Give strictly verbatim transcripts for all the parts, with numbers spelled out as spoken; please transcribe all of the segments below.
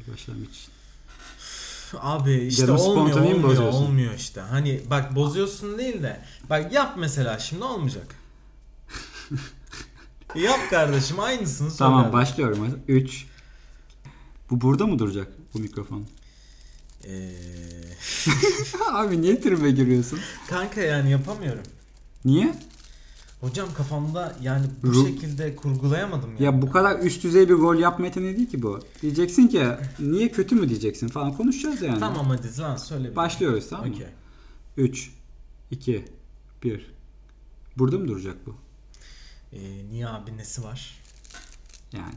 başlangıç. Abi işte Canım olmuyor olmuyor, bozuyorsun? olmuyor işte. Hani bak bozuyorsun değil de bak yap mesela şimdi olmayacak. Yap kardeşim aynısını söyle. Tamam başlıyorum. üç Bu burada mı duracak bu mikrofon? Ee... Abi niye tribe giriyorsun? Kanka yani yapamıyorum. Niye? Hocam kafamda yani bu Ru- şekilde kurgulayamadım yani. Ya bu kadar üst düzey bir rol yapma yeteneği değil ki bu. Diyeceksin ki niye kötü mü diyeceksin falan konuşacağız yani. Tamam hadi lan söyle. Bir Başlıyoruz tamam mı? Okay. üç iki bir Burada mı duracak bu? Ee, niye abi nesi var? Yani.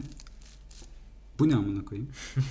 Bu ne amına koyayım?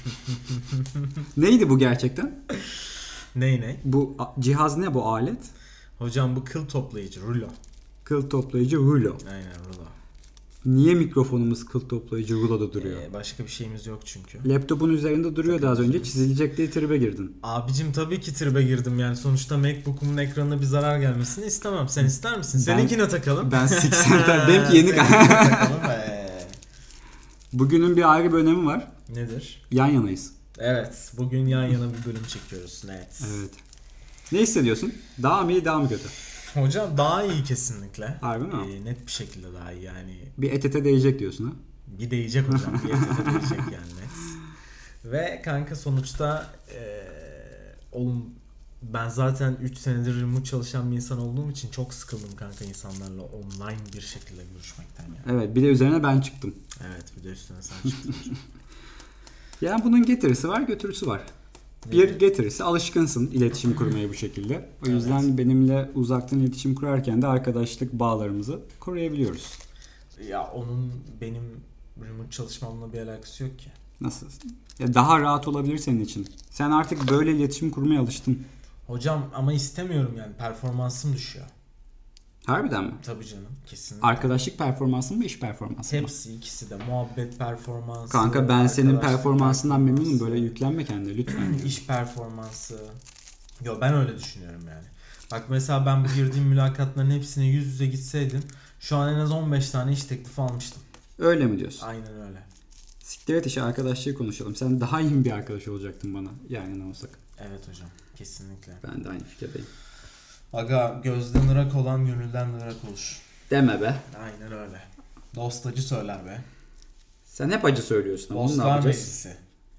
Neydi bu gerçekten? Ney ney? Bu a- cihaz ne bu alet? Hocam bu kıl toplayıcı rulo. Kıl toplayıcı rulo. Aynen rulo. Niye mikrofonumuz kıl toplayıcı ruloda duruyor? Ee, başka bir şeyimiz yok çünkü. Laptopun üzerinde duruyordu az önce. Çizilecek diye tribe girdin. Abicim tabii ki tribe girdim yani sonuçta MacBook'umun ekranına bir zarar gelmesini istemem. Sen ister misin? Ben- Seninkine takalım. Ben seksen tane. Benimki yeni. Seninkine takalım. Ee, Bugünün bir ayrı bir önemi var. Nedir? Yan yanayız. Evet. Bugün yan yana bir bölüm çekiyoruz. Net. Evet. Ne hissediyorsun? Daha mı iyi daha mı kötü? Hocam daha iyi kesinlikle. Harbi mi? Ee, net bir şekilde daha iyi yani. Bir et ete değecek diyorsun ha? Bir değecek hocam. Bir ete değecek yani net. Ve kanka sonuçta ee, oğlum ben zaten üç senedir remote çalışan bir insan olduğum için çok sıkıldım kanka insanlarla online bir şekilde görüşmekten yani. Evet bir de üzerine ben çıktım. Evet bir de üstüne sen çıktın hocam. Yani bunun getirisi var götürüsü var. Bir getirisi alışkınsın iletişim kurmaya bu şekilde. O yüzden evet. benimle uzaktan iletişim kurarken de arkadaşlık bağlarımızı koruyabiliyoruz. Ya onun benim remote çalışmamla bir alakası yok ki. Nasıl? Ya daha rahat olabilir senin için. Sen artık böyle iletişim kurmaya alıştın. Hocam ama istemiyorum yani performansım düşüyor. Harbiden mi? Tabii canım kesinlikle. Arkadaşlık performansı mı iş performansı mı? Hepsi ikisi de muhabbet performansı. Kanka ben senin performansından memnunum böyle yüklenme kendine lütfen. İş performansı. Yo ben öyle düşünüyorum yani. Bak mesela ben bu girdiğim mülakatların hepsine yüz yüze gitseydim şu an en az on beş tane iş teklifi almıştım. Öyle mi diyorsun? Aynen öyle. Siktir et işi arkadaşlığı konuşalım. Sen daha iyi bir arkadaş olacaktın bana yani ne olsak. Evet hocam kesinlikle. Ben de aynı fikirdeyim. Aga gözden ırak olan gönülden ırak olur. Deme be. Aynen öyle. Dost acı söyler be. Sen hep acı söylüyorsun ama Dostlar meclisi.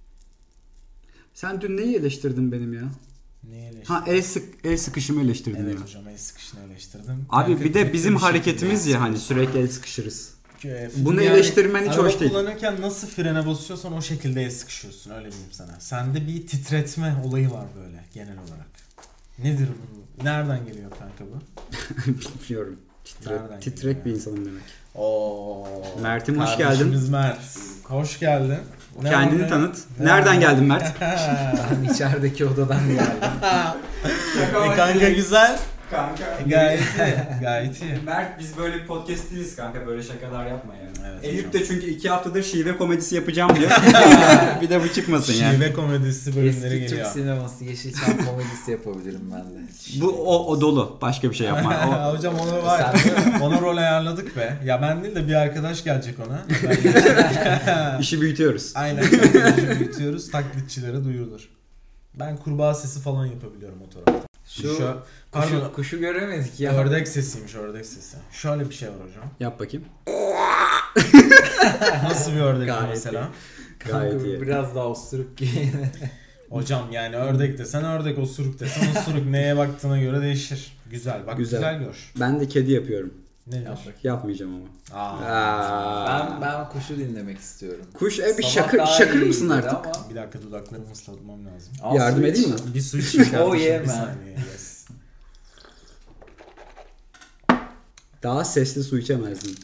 Sen dün neyi eleştirdin benim ya? Neyi eleştirdin? Ha el, sık, el sıkışımı eleştirdin evet ya. hocam el sıkışını eleştirdim. Abi Kanka, bir de bizim bir hareketimiz ya hani sürekli el sıkışırız. Ki, Bunu yani, eleştirmen hiç hoş değil. Araba kullanırken nasıl frene basıyorsan o şekilde el sıkışıyorsun öyle diyeyim sana. Sende bir titretme olayı var böyle genel olarak. Nedir bu? Nereden geliyor kanka bu? Bilmiyorum. Titre, titrek bir insanım demek. Oo. Mert'im hoş geldin. Mert. Hoş geldin. Ne Kendini ne? tanıt. Ne? Nereden geldin Mert? Ben içerideki odadan geldim. e kanka güzel. Kanka. Gayet iyi. Gayet iyi. Mert biz böyle bir podcast değiliz kanka. Böyle şakalar yapma yani. Evet, Eyüp de çünkü iki haftadır şive komedisi yapacağım diyor. Bir de bu çıkmasın şive yani. Şive komedisi bölümleri Eski geliyor. Türk sineması, Yeşilçam komedisi yapabilirim ben de. Bu o, o dolu. Başka bir şey yapma. O... Hocam onu var. Ona rol ayarladık be. Ya ben değil de bir arkadaş gelecek ona. İşi büyütüyoruz. Aynen. İşi büyütüyoruz. Taklitçilere duyurulur. Ben kurbağa sesi falan yapabiliyorum o tarafta. Şu, Şu kuşu, kuşu göremedik ya. Ördek sesiymiş ördek sesi. Şöyle bir şey var hocam. Yap bakayım. Nasıl bir ördek mesela? Kanka biraz daha osuruk gibi. Hocam yani ördek desen ördek, osuruk desen osuruk. Neye baktığına göre değişir. Güzel bak güzel, güzel gör. Ben de kedi yapıyorum. Ne Yap Yapmayacağım ama. Aa. Aa. Ben ben kuşu dinlemek istiyorum. Kuş e bir şakır şakır mısın artık? Ama... Bir dakika dudaklarımı ıslatmam lazım. Al, Yardım edeyim mi? Bir su içeyim kardeşim. Oh yeah bir man. saniye. Yes. Daha sesli su içemezdin.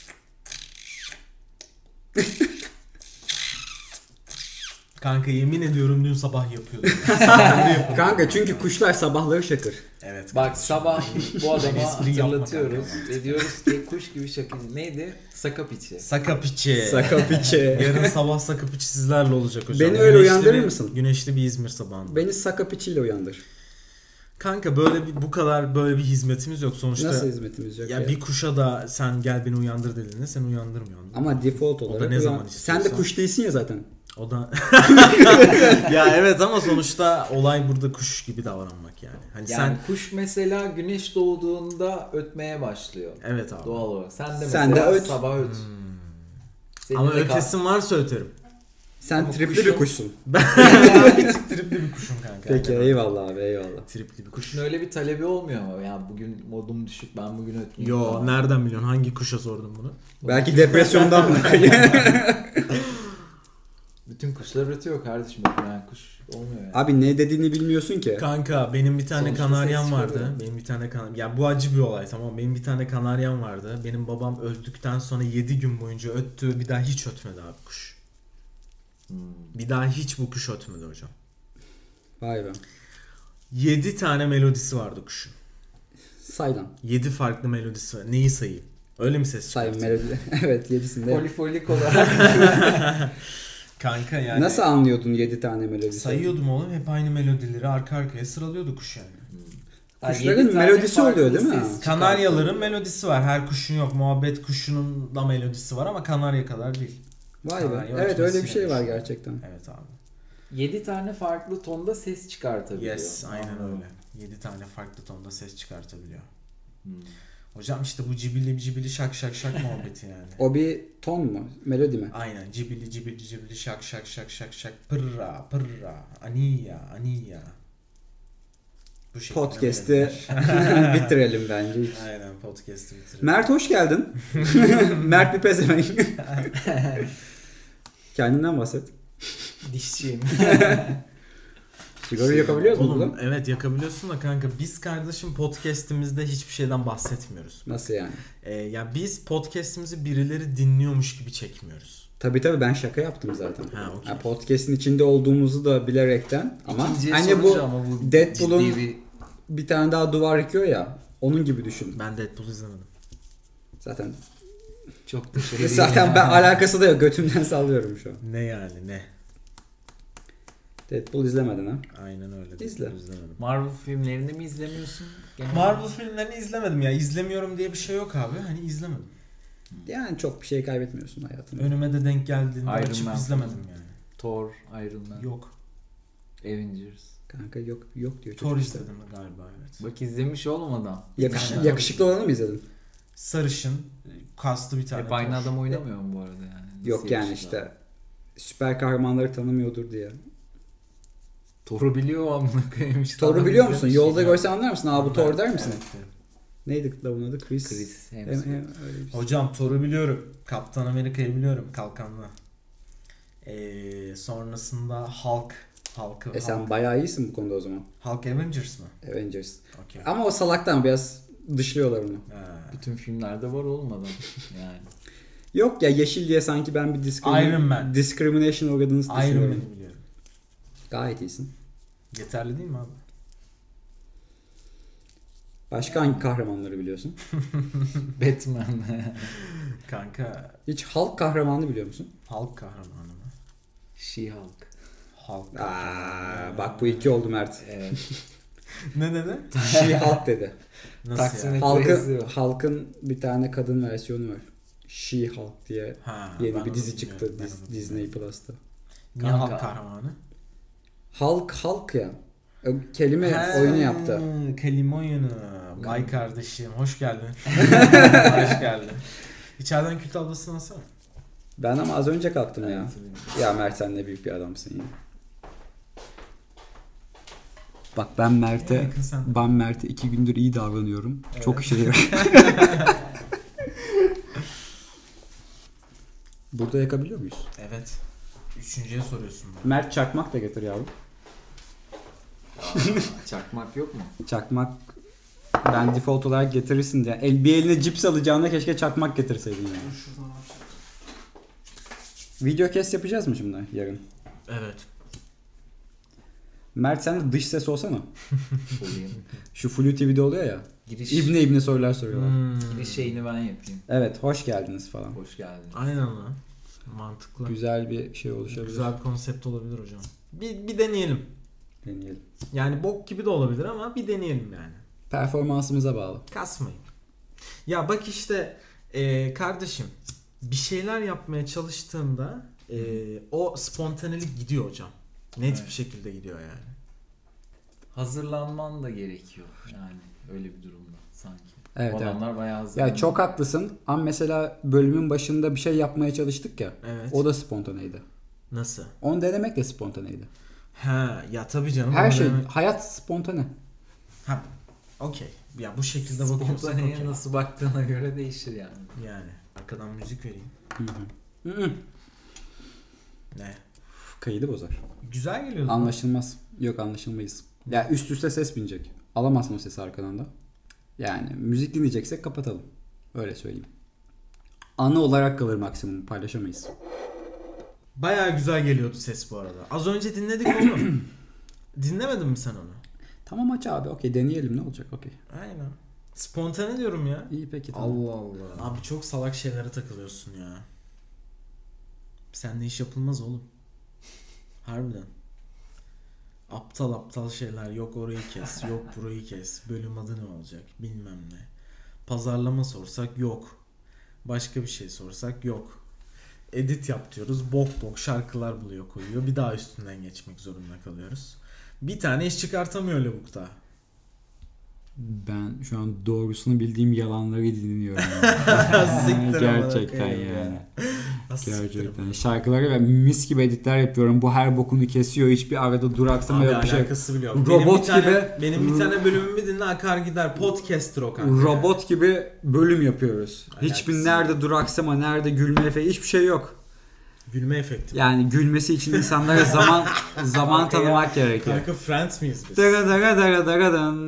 Kanka yemin ediyorum dün sabah yapıyordum. Kanka çünkü kuşlar sabahları şakır. Evet. Bak sabah bu adama Espri hatırlatıyoruz ve diyoruz ki kuş gibi şakacı. Neydi? Sakap içi. Sakap içi. Sakap içi. Yarın sabah sakap içi sizlerle olacak hocam. Beni öyle güneşli uyandırır bir, mısın? Güneşli bir İzmir sabahında. Beni sakap içiyle uyandır. Kanka böyle bir bu kadar böyle bir hizmetimiz yok sonuçta. Nasıl hizmetimiz yok ya? Ya bir kuşa da sen gel beni uyandır dediğinde sen uyandırmıyorsun. Ama default olarak o da ne uyan... zaman Sen de kuş değilsin ya zaten. O da ya evet ama sonuçta olay burada kuş gibi davranmak yani. Hani Yani sen kuş mesela güneş doğduğunda ötmeye başlıyor. evet abi. Doğal olarak. Sen de Sen mesela de öt. sabah öt. Senin Ama de kal- ötesim varsa öterim. Sen Ama tripli kuşun- bir kuşsun. Ben bir tık tripli bir kuşum kanka. Peki Yani. eyvallah abi eyvallah. Tripli bir kuş. Kuşun öyle bir talebi olmuyor mu? Ya bugün modum düşük, ben bugün ötmeyeyim. Yo falan. nereden biliyorsun? Hangi kuşa sordun bunu? Belki depresyondan mı? Bütün kuşlar ötüyor kardeşim. Yani kuş olmuyor yani. Abi ne dediğini bilmiyorsun ki. Kanka benim bir tane Sonuçta kanaryam ses vardı. çıkarıyor. Benim bir tane kan ya bu acı bir olay tamam. Benim bir tane kanaryam vardı. Benim babam öldükten sonra yedi gün boyunca öttü. Bir daha hiç ötmedi abi kuş. Hmm. Bir daha hiç bu kuş ötmedi hocam. Vay be. yedi tane melodisi vardı kuşun. Say lan. yedi farklı melodisi var. Neyi sayayım? Öyle mi ses Say çıkartayım? melodi. Evet yedisinde. Polifonik olarak. Kanka yani. Nasıl anlıyordun yedi tane melodi? Sayıyordum oğlum hep aynı melodileri arka arkaya sıralıyordu kuş yani. Kuşların yedi tane melodisi farklı oluyor değil mi? ses Kanaryaların melodisi var. Her kuşun yok. Muhabbet kuşunun da melodisi var ama kanarya kadar değil. Vay be. Kanarya Evet öyle bir ötmesi şey yani. var gerçekten. Evet abi. yedi tane farklı tonda ses çıkartabiliyor. Yes, aynen Anladım. öyle. yedi tane farklı tonda ses çıkartabiliyor. Hmm. Hocam işte bu cibili cibili şak şak şak muhabbeti yani. O bir ton mu? Melodi mi? Aynen cibili cibili cibili şak şak şak şak şak pırra pırra aniya aniya. Bu şekilde Podcast'i melodiler. bitirelim bence. Aynen podcast'i bitirelim. Mert hoş geldin. Mert bir pezevenk. Kendinden bahset. Dişçiyim. Sigara yakabiliyor musun Oğlum burada? evet yakabiliyorsun da kanka biz kardeşim podcast'imizde hiçbir şeyden bahsetmiyoruz. Nasıl yani? Ee, ya biz podcast'imizi birileri dinliyormuş gibi çekmiyoruz. Tabii tabii ben şaka yaptım zaten. Ha okey. Yani podcast'in içinde olduğumuzu da bilerekten ama İkinciye hani bu sorunca ama bu Deadpool'un ciddi bir... bir tane daha duvar yıkıyor ya onun gibi düşün. Ben Deadpool izlemedim. Zaten Çok da şey değil zaten yani. ben alakası da yok. Götümden sallıyorum şu an. Ne yani ne? Deadpool izlemedin ha? Aynen öyle. İzle. Deadpool izlemedim. Marvel filmlerini mi izlemiyorsun? Genel Marvel filmlerini izlemedim ya. İzlemiyorum diye bir şey yok abi. Hani izlemedim. Yani çok bir şey kaybetmiyorsun hayatında. Önüme de denk geldiğinde Iron açıp Man izlemedim falan. yani. Thor, Iron Man, Yok. Avengers. Kanka yok yok diyor. Thor çocuk. izledim galiba evet. Bak izlemiş olmadan. Yakış, Yani- yakışıklı olanı mı izledin? Sarışın, kaslı bir tane. Hep aynı Thor. adam oynamıyor mu bu arada yani? Yok Nasıl yani yakışıklı? işte süper kahramanları tanımıyordur diye. Thor'u biliyor amına koyayım işte. Thor'u Adam biliyor musun? izlemiş Yolda ya. görsen anlar mısın? Aa bu Thor der misin? Evet, evet. Neydi lavun adı? Chris. Chris Hem, Hemsworth. hem, öyle bir şey. Hocam Thor'u biliyorum. Kaptan Amerika'yı biliyorum. Kalkanlı. Ee, sonrasında Hulk. Hulk'ı. E sen Hulk. bayağı iyisin bu konuda o zaman. Hulk Avengers mı? Avengers. Okey. Ama o salaktan biraz dışlıyorlar onu. Ha. Bütün filmlerde var olmadan yani. Yok ya yeşil diye sanki ben bir discrimin- Iron Man. discrimination uğradığını Iron düşünüyorum. Man'i biliyorum. Gayet iyisin. Yeterli değil mi abi? Başka hangi kahramanları biliyorsun? Batman. Kanka Hiç Hulk kahramanı biliyor musun? Hulk kahramanı mı? She-Hulk. Hulk Aa, kahramanı. bak bu iki oldu Mert. Evet. Ne dedi? She-Hulk dedi. Nasıl Taksim ya? et- Hulk'ın, yazıyor. Hulk'ın bir tane kadın versiyonu var. She-Hulk diye Ha, yeni ben bir onu dizi çıktı bilmiyorum, ben Dis- onu Disney bilmiyorum. Plus'ta. Niye Kanka. Hulk kahramanı? Hulk Hulk ya. O kelime He, oyunu yaptı. Kelime oyunu. Vay kardeşim hoş geldin. Hoş geldin. İçeriden kül tablası nasıl? Ben ama az önce kalktım ya. Evet. Ya Mert sen ne büyük bir adamsın ya. Bak ben Mert'e Yakın sen. ben Mert'e iki gündür iyi davranıyorum. Çok işe yarıyor. Burada yakabiliyor muyuz? Evet. Üçüncüye soruyorsun. bana. Mert çakmak da getir yavrum. Aa, çakmak yok mu? Çakmak ben default olarak getirirsin diye. El, bir eline cips alacağına keşke çakmak getirseydin yani. Video kes yapacağız mı şimdi yarın? Evet. Mert sen de dış ses olsana. Olayım. Şu Flu T V'de oluyor ya. Giriş, İbne ibne sorular soruyorlar. Hmm. giriş şeyini ben yapayım. Evet hoş geldiniz falan. Hoş geldin. Aynen lan. Mantıklı. Güzel bir şey oluşabilir. Güzel bir konsept olabilir hocam. Bir, bir deneyelim. Deneyelim. Yani bok gibi de olabilir ama bir deneyelim yani. Performansımıza bağlı. Kasmayın. Ya bak işte e, kardeşim bir şeyler yapmaya çalıştığında Ee, o spontanelik gidiyor hocam. Net Evet. bir şekilde gidiyor yani. Hazırlanman da gerekiyor yani öyle bir durumda sanki. Evet, O evet. adamlar bayağı hazırlanıyor. Ya çok haklısın ama mesela bölümün başında bir şey yapmaya çalıştık ya. Evet. O da spontaneydi. Nasıl? Onu denemek de spontaneydi. Ha ya tabii canım. Her onu şey, demek- hayat spontane. Ha, okey. Ya bu şekilde bakıyorsak Spontaneye okey. nasıl baktığına göre değişir yani. Yani arkadan müzik vereyim. Hı hı. Hı hı. Ne? Kaydı bozar. Güzel geliyordu. Anlaşılmaz. Yok, anlaşılmayız. Ya üst üste ses binecek. Alamazsın o sesi arkadan da. Yani müzik dinleyeceksek kapatalım. Öyle söyleyeyim. Anı olarak kalır maksimum. Paylaşamayız. Bayağı güzel geliyordu ses bu arada. Az önce dinledik oğlum. Dinlemedin mi sen onu? Tamam, aç abi. Okey, deneyelim, ne olacak? Okey. Aynen. Spontane diyorum ya. İyi, peki, tamam. Allah Allah. Abi çok salak şeylere takılıyorsun ya. Seninle iş yapılmaz oğlum. Harbiden. Aptal aptal şeyler. Yok orayı kes, yok burayı kes. Bölüm adı ne olacak? Bilmem ne. Pazarlama sorsak yok. Başka bir şey sorsak yok. Edit yap diyoruz. Bok bok şarkılar buluyor koyuyor. Bir daha üstünden geçmek zorunda kalıyoruz. Bir tane iş çıkartamıyor lavukta. Ben şu an doğrusunu bildiğim yalanları dinliyorum. Siktir amına Gerçekten koyayım ya. yani. Nasıl siktir Gerçekten. amına? Şarkıları ve mis gibi editler yapıyorum. Bu her bokunu kesiyor. Hiçbir arada duraksama Abi yok bir şey. alakası bile yok. Robot benim bir tane, gibi- benim bir tane bölümümü dinle akar gider. Podcaster o kanka. Robot gibi bölüm yapıyoruz. Alakası Hiçbir yok. nerede duraksama, nerede gülme efekti, hiçbir şey yok. Gülme efekti. Yani gülmesi için insanlara zaman zaman Kanka ya. tanımak gerekiyor. Kanka Friends miyiz biz? Daga daga daga daga dan.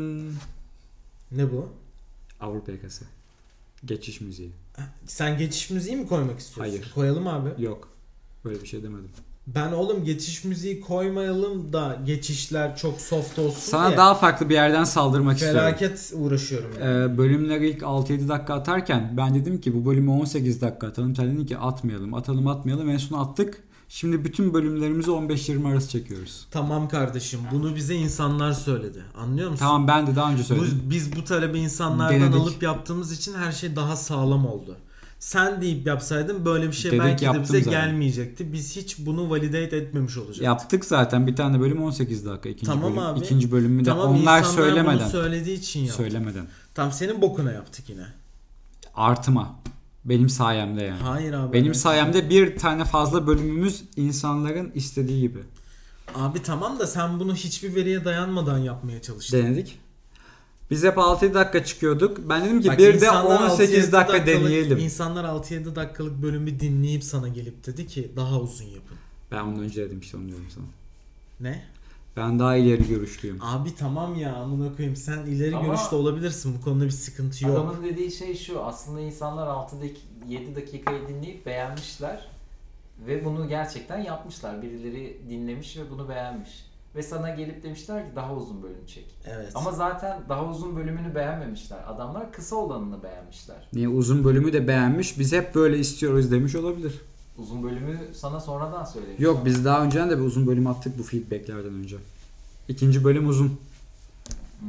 Ne bu? Avrupa yakası. Geçiş müziği. Sen geçiş müziği mi koymak istiyorsun? Hayır. Koyalım abi. Yok. Böyle bir şey demedim. Ben oğlum geçiş müziği koymayalım da geçişler çok soft olsun Sana diye. daha farklı bir yerden saldırmak istiyorum. Felaket uğraşıyorum. Yani. Ee, bölümleri ilk altı yedi dakika atarken ben dedim ki bu bölümü on sekiz dakika atalım. Sen dedin ki atmayalım, atalım atmayalım. En son attık. Şimdi bütün bölümlerimizi on beş yirmi arası çekiyoruz. Tamam kardeşim bunu bize insanlar söyledi. Anlıyor musun? Tamam, ben de daha önce söyledim. Bu, biz bu talebi insanlardan Denedik. alıp yaptığımız için her şey daha sağlam oldu. Sen deyip yapsaydın böyle bir şey Dedik, belki de yaptım bize zaten. gelmeyecekti. Biz hiç bunu validate etmemiş olacaktık. Yaptık zaten, bir tane bölüm on sekiz dakika. İkinci Tamam bölüm. abi. İkinci bölümü de Tamam, onlar insanlar söylemeden. bunu söylediği için yaptık. Söylemeden. Tam senin bokuna yaptık yine. Artıma. Benim sayemde yani. Hayır abi. Benim ben- sayemde bir tane fazla bölümümüz insanların istediği gibi. Abi tamam da sen bunu hiçbir veriye dayanmadan yapmaya çalıştın. Denedik. Biz hep altı yedi dakika çıkıyorduk. Ben dedim ki Bak, bir de insanlar on altı sekiz yedi dakika dakikalık- deneyelim. İnsanlar altı yedi dakikalık bölümü dinleyip sana gelip dedi ki daha uzun yapın. Ben ondan önce dedim, işte onu diyorum sana. Ne? Ben daha ileri görüşlüyüm. Abi tamam ya amına koyayım sen ileri Ama- görüşte olabilirsin bu konuda bir sıkıntı yok. Adamın dediği şey şu, aslında insanlar altı yedi dakikayı dinleyip beğenmişler ve bunu gerçekten yapmışlar. Birileri dinlemiş ve bunu beğenmiş. Ve sana gelip demişler ki daha uzun bölüm çek. Evet. Ama zaten daha uzun bölümünü beğenmemişler. Adamlar kısa olanını beğenmişler. Niye uzun bölümü de beğenmiş, biz hep böyle istiyoruz demiş olabilir. Uzun bölümü sana sonradan söylemiş. Yok, ama. biz daha önceden de bir uzun bölüm attık bu feedbacklerden önce. İkinci bölüm uzun. Hmm.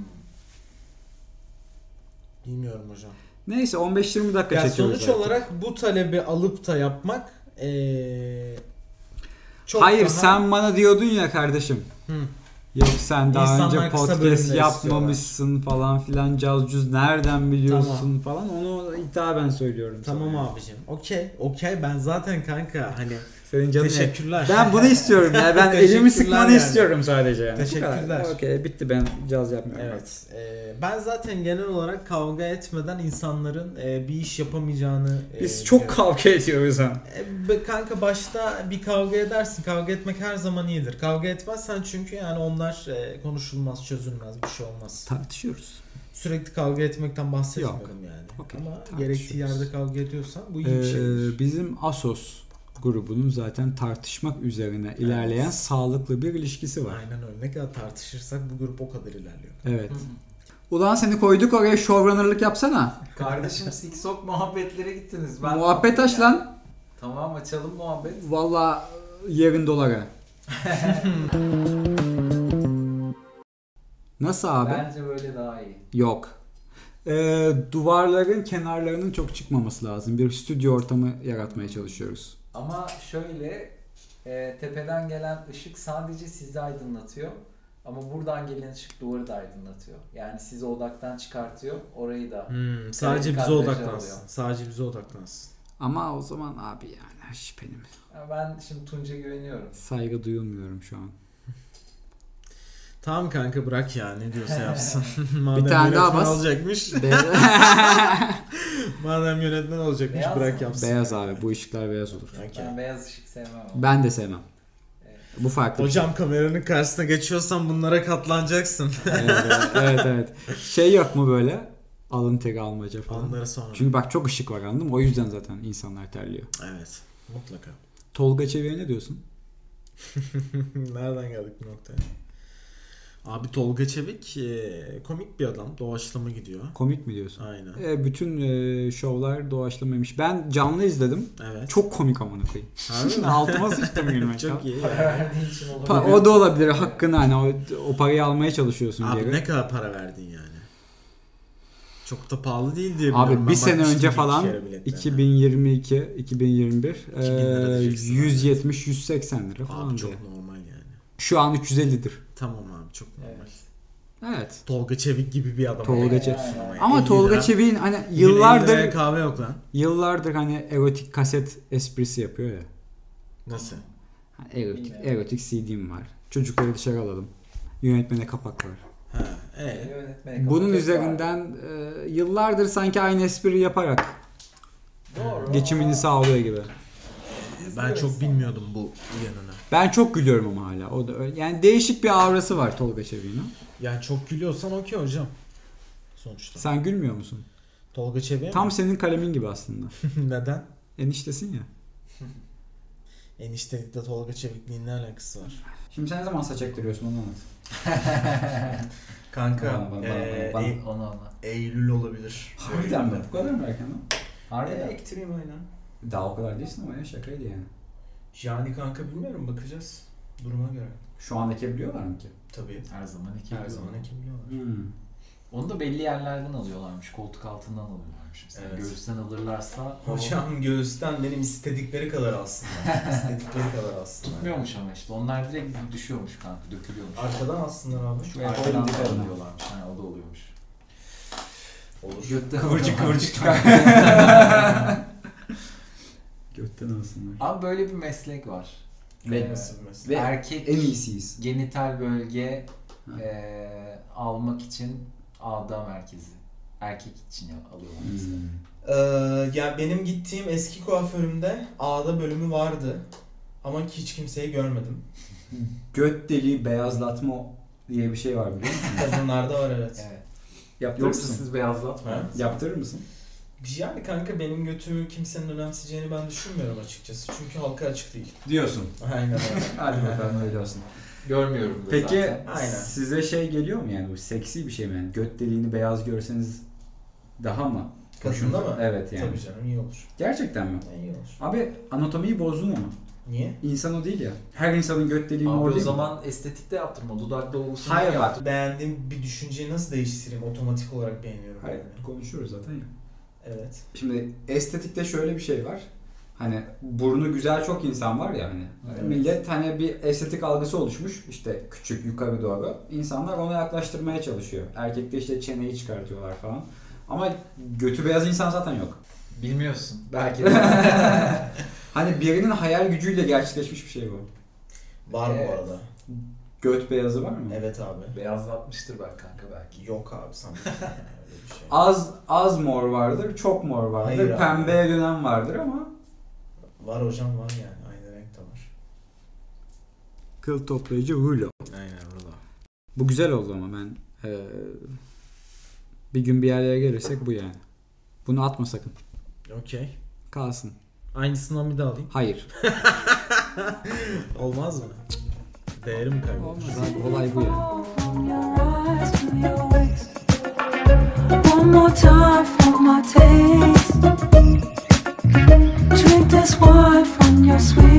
Bilmiyorum hocam. Neyse, on beş yirmi dakika Ya çekiyoruz sonuç artık. olarak bu talebi alıp da yapmak ee, çok Hayır, daha... sen bana diyordun ya kardeşim. Hı. Yok sen daha İnsanlar önce kısa bölümler podcast yapmamışsın falan filan, cazcuz nereden biliyorsun Tamam. falan, onu hitaben söylüyorum Tamam sana. abicim. Okey. Okey ben zaten kanka hani Senin canın teşekkürler. Ben bunu istiyorum ya. Ben elimi Teşekkürler sıkmanı yani. istiyorum sadece yani. Bu Teşekkürler. kadar. Okey, bitti, ben caz yapmıyorum. Evet. Ee, ben zaten genel olarak kavga etmeden insanların e, bir iş yapamayacağını e, Biz çok biliyorum. kavga ediyoruz ha. E, be- kanka başta bir kavga edersin. Kavga etmek her zaman iyidir. Kavga etmezsen çünkü yani onlar e, konuşulmaz, çözülmez, bir şey olmaz. Tartışıyoruz. Sürekli kavga etmekten bahsetmiyorum Yok. yani. Okey, Ama tartışıyoruz. gerektiği yerde kavga ediyorsan bu iyi bir şeydir. Ee, bizim Asos grubunun zaten tartışmak üzerine ilerleyen sağlıklı bir ilişkisi var. Aynen öyle. Ne kadar tartışırsak bu grup o kadar ilerliyor. Evet. Ulan seni koyduk oraya, showrunner'lık yapsana. Kardeşim siksok muhabbetlere gittiniz. Ben Muhabbet aç lan. Tamam, açalım muhabbet. Valla yerin dolara. Nasıl abi? Bence böyle daha iyi. Yok. Ee, duvarların kenarlarının çok çıkmaması lazım. Bir stüdyo ortamı yaratmaya çalışıyoruz. Ama şöyle e, tepeden gelen ışık sadece sizi aydınlatıyor. Ama buradan gelen ışık duvarı da aydınlatıyor. Yani sizi odaktan çıkartıyor. Orayı da Hmm, sadece bize kadrajı odaklansın. alıyor. Sadece bize odaklansın. Ama o zaman abi yani her şey benim. Ya ben şimdi Tunç'a güveniyorum. Saygı duyulmuyorum şu an. Tamam kanka bırak ya ne diyorsa yapsın. Madem Bir tane daha yönetmen bas. olacakmış. Madem yönetmen olacakmış Beyaz bırak mı? yapsın. Beyaz abi, bu ışıklar beyaz olur. Okay. Ben beyaz ışık sevmem ama. Ben de sevmem. Evet. Bu farklı. Hocam kameranın karşısına geçiyorsan bunlara katlanacaksın. Evet, evet, evet. Şey yok mu böyle? Alın teri almaca falan. Onları sonra. Çünkü bak çok ışık var, anladın mı? O yüzden zaten insanlar terliyor. Evet mutlaka. Tolga Çevik'e ne diyorsun? Nereden geldik bu noktaya? Abi Tolga Çevik e, komik bir adam. Doğaçlama gidiyor. Komik mi diyorsun? Aynen. E, bütün e, şovlar doğaçlamaymış. Ben canlı izledim. Evet. Çok komik amına koyayım. Harbi mi? Altıma sıçtım gülmekten. Çok iyi. Para verdiğin için olabilir. Pa- o da olabilir. Hakkını hani o, o parayı almaya çalışıyorsun Abi geri. ne kadar para verdin yani? Çok da pahalı değil diye biliyorum. Abi Ben bir sene bakmıştım önce bir falan kere biletlerine. iki bin yirmi iki iki bin yirmi bir iki bin lira e, diyeceksin yüz yetmiş yüz seksen lira Abi falan diye. çok normal yani. Şu an üç yüz ellidir. Tamam abi çok normal. Evet. Evet. Tolga Çevik gibi bir adam. Tolga olmak Çevik. istiyorsun Ama elli Tolga lira. Çevik'in hani Bugün elli liraya yıllardır kahve yok lan. yıllardır hani erotik kaset esprisi yapıyor ya. Nasıl? Hani erotik, Bilmiyorum. erotik C D'm var. Çocukları dışarı alalım. Yönetmene kapak var. Ha, e. Yönetmene Bunun kapak üzerinden e, yıllardır sanki aynı espri yaparak Doğru. geçimini sağlıyor gibi. Ben çok bilmiyordum bu yanını. Ben çok gülüyorum ama hala. O da öyle. Yani değişik bir aurası var Tolga Çevik'in. Yani çok gülüyorsan okey hocam. Sonuçta. Sen gülmüyor musun? Tolga Çevik'e Tam mi? senin kalemin gibi aslında. Neden? Eniştesin ya. Eniştelikle Tolga Çevikliğin ne alakası var? Şimdi sen ne zaman saç ektiriyorsun onu anlat. Kanka Bana, bana, eee, bana, bana. Ey- Onu anla. Eylül olabilir. Harbiden mi? Bu kadar mı erken lan? Harbiden. Eee, ektireyim aynen. Daha o kadar değilsin ama ya, şakaydı yani. Yani kanka bilmiyorum bakacağız. Duruma göre. Şu an ekebiliyorlar mı ki? Tabii. Her zaman iki Her zaman ekebiliyorlar. Hmm. Onu da belli yerlerden alıyorlarmış. Koltuk altından alıyorlarmış. Mesela Evet. göğüsten alırlarsa Hocam göğüsten benim istedikleri kadar alsınlar. İstedikleri kadar alsınlar. tutmuyormuş ama işte. Onlar direkt düşüyormuş kanka. Dökülüyormuş. Arkadan alsınlar abi. Şu arkadan da alıyorlarmış. Yani o da oluyormuş. Olur. Götte Kıvırcık kıvırcık çıkar. Götten alsınlar. Abi böyle bir meslek var. Ve- Nasıl bir meslek? Ve Erkek en iyisiyiz. genital bölge Ha. eee, almak için ağda merkezi. Erkek için ya- alıyorlar mesela. Ee, ya benim gittiğim eski kuaförümde ağda bölümü vardı. Ama hiç kimseyi görmedim. Göt deliği beyazlatma diye bir şey var biliyor musun? Kadınlarda var evet. Evet. Yaptırır Yoksa mısın? siz beyazlatmayın. Evet. Yaptırır mısın? Yani kanka benim götümü kimsenin önemseyeceğini ben düşünmüyorum açıkçası. Çünkü halka açık değil. Diyorsun. Aynen öyle. Hadi bakalım öyle olsun. Görmüyorum da Peki zaten. Aynen. size şey geliyor mu yani, bu seksi bir şey mi yani? Göt deliğini beyaz görseniz daha mı? Kadında hoşunuza- mı? Evet yani. Tabii canım iyi olur. Gerçekten mi? Yani iyi olur. Abi anatomiyi bozdun ama. Niye? İnsan o değil ya. Her insanın göt deliği mor Abi o değil mi? zaman estetikte yaptırma. Dudak dolgusunu Hayır bak. yaptır. Beğendiğim bir düşünceyi nasıl değiştireyim? Otomatik olarak beğeniyorum. Hayır, yani. konuşuyoruz zaten ya. Evet. Şimdi estetikte şöyle bir şey var. Hani burnu güzel çok insan var ya hani. Evet. Millet hani bir estetik algısı oluşmuş. İşte küçük yukarı doğru. İnsanlar ona yaklaştırmaya çalışıyor. Erkekte işte çeneyi çıkartıyorlar falan. Ama götü beyaz insan zaten yok. Bilmiyorsun. Belki de. Hani birinin hayal gücüyle gerçekleşmiş bir şey bu. Var Evet. bu arada. Göt beyazı var mı? Evet abi. Beyazlatmıştır bak kanka belki. Yok abi sanmıyorum. Öyle bir şey. Az az mor vardır, çok mor vardır, Hayır abi. pembeye dönen vardır ama Var hocam var yani. Aynı renk de var. kıl toplayıcı rulo. Aynen rulo. Bu güzel oldu ama ben eee, bir gün bir yerlere gelirsek bu yani. Bunu atma sakın. Okey. Kalsın. Aynısından bir daha alayım. Hayır. Olmaz mı? Değerim kaybeder. Olmaz abi, olay bu yani. From your eyes to your waist. One more time for my taste. Drink this wine from your sweet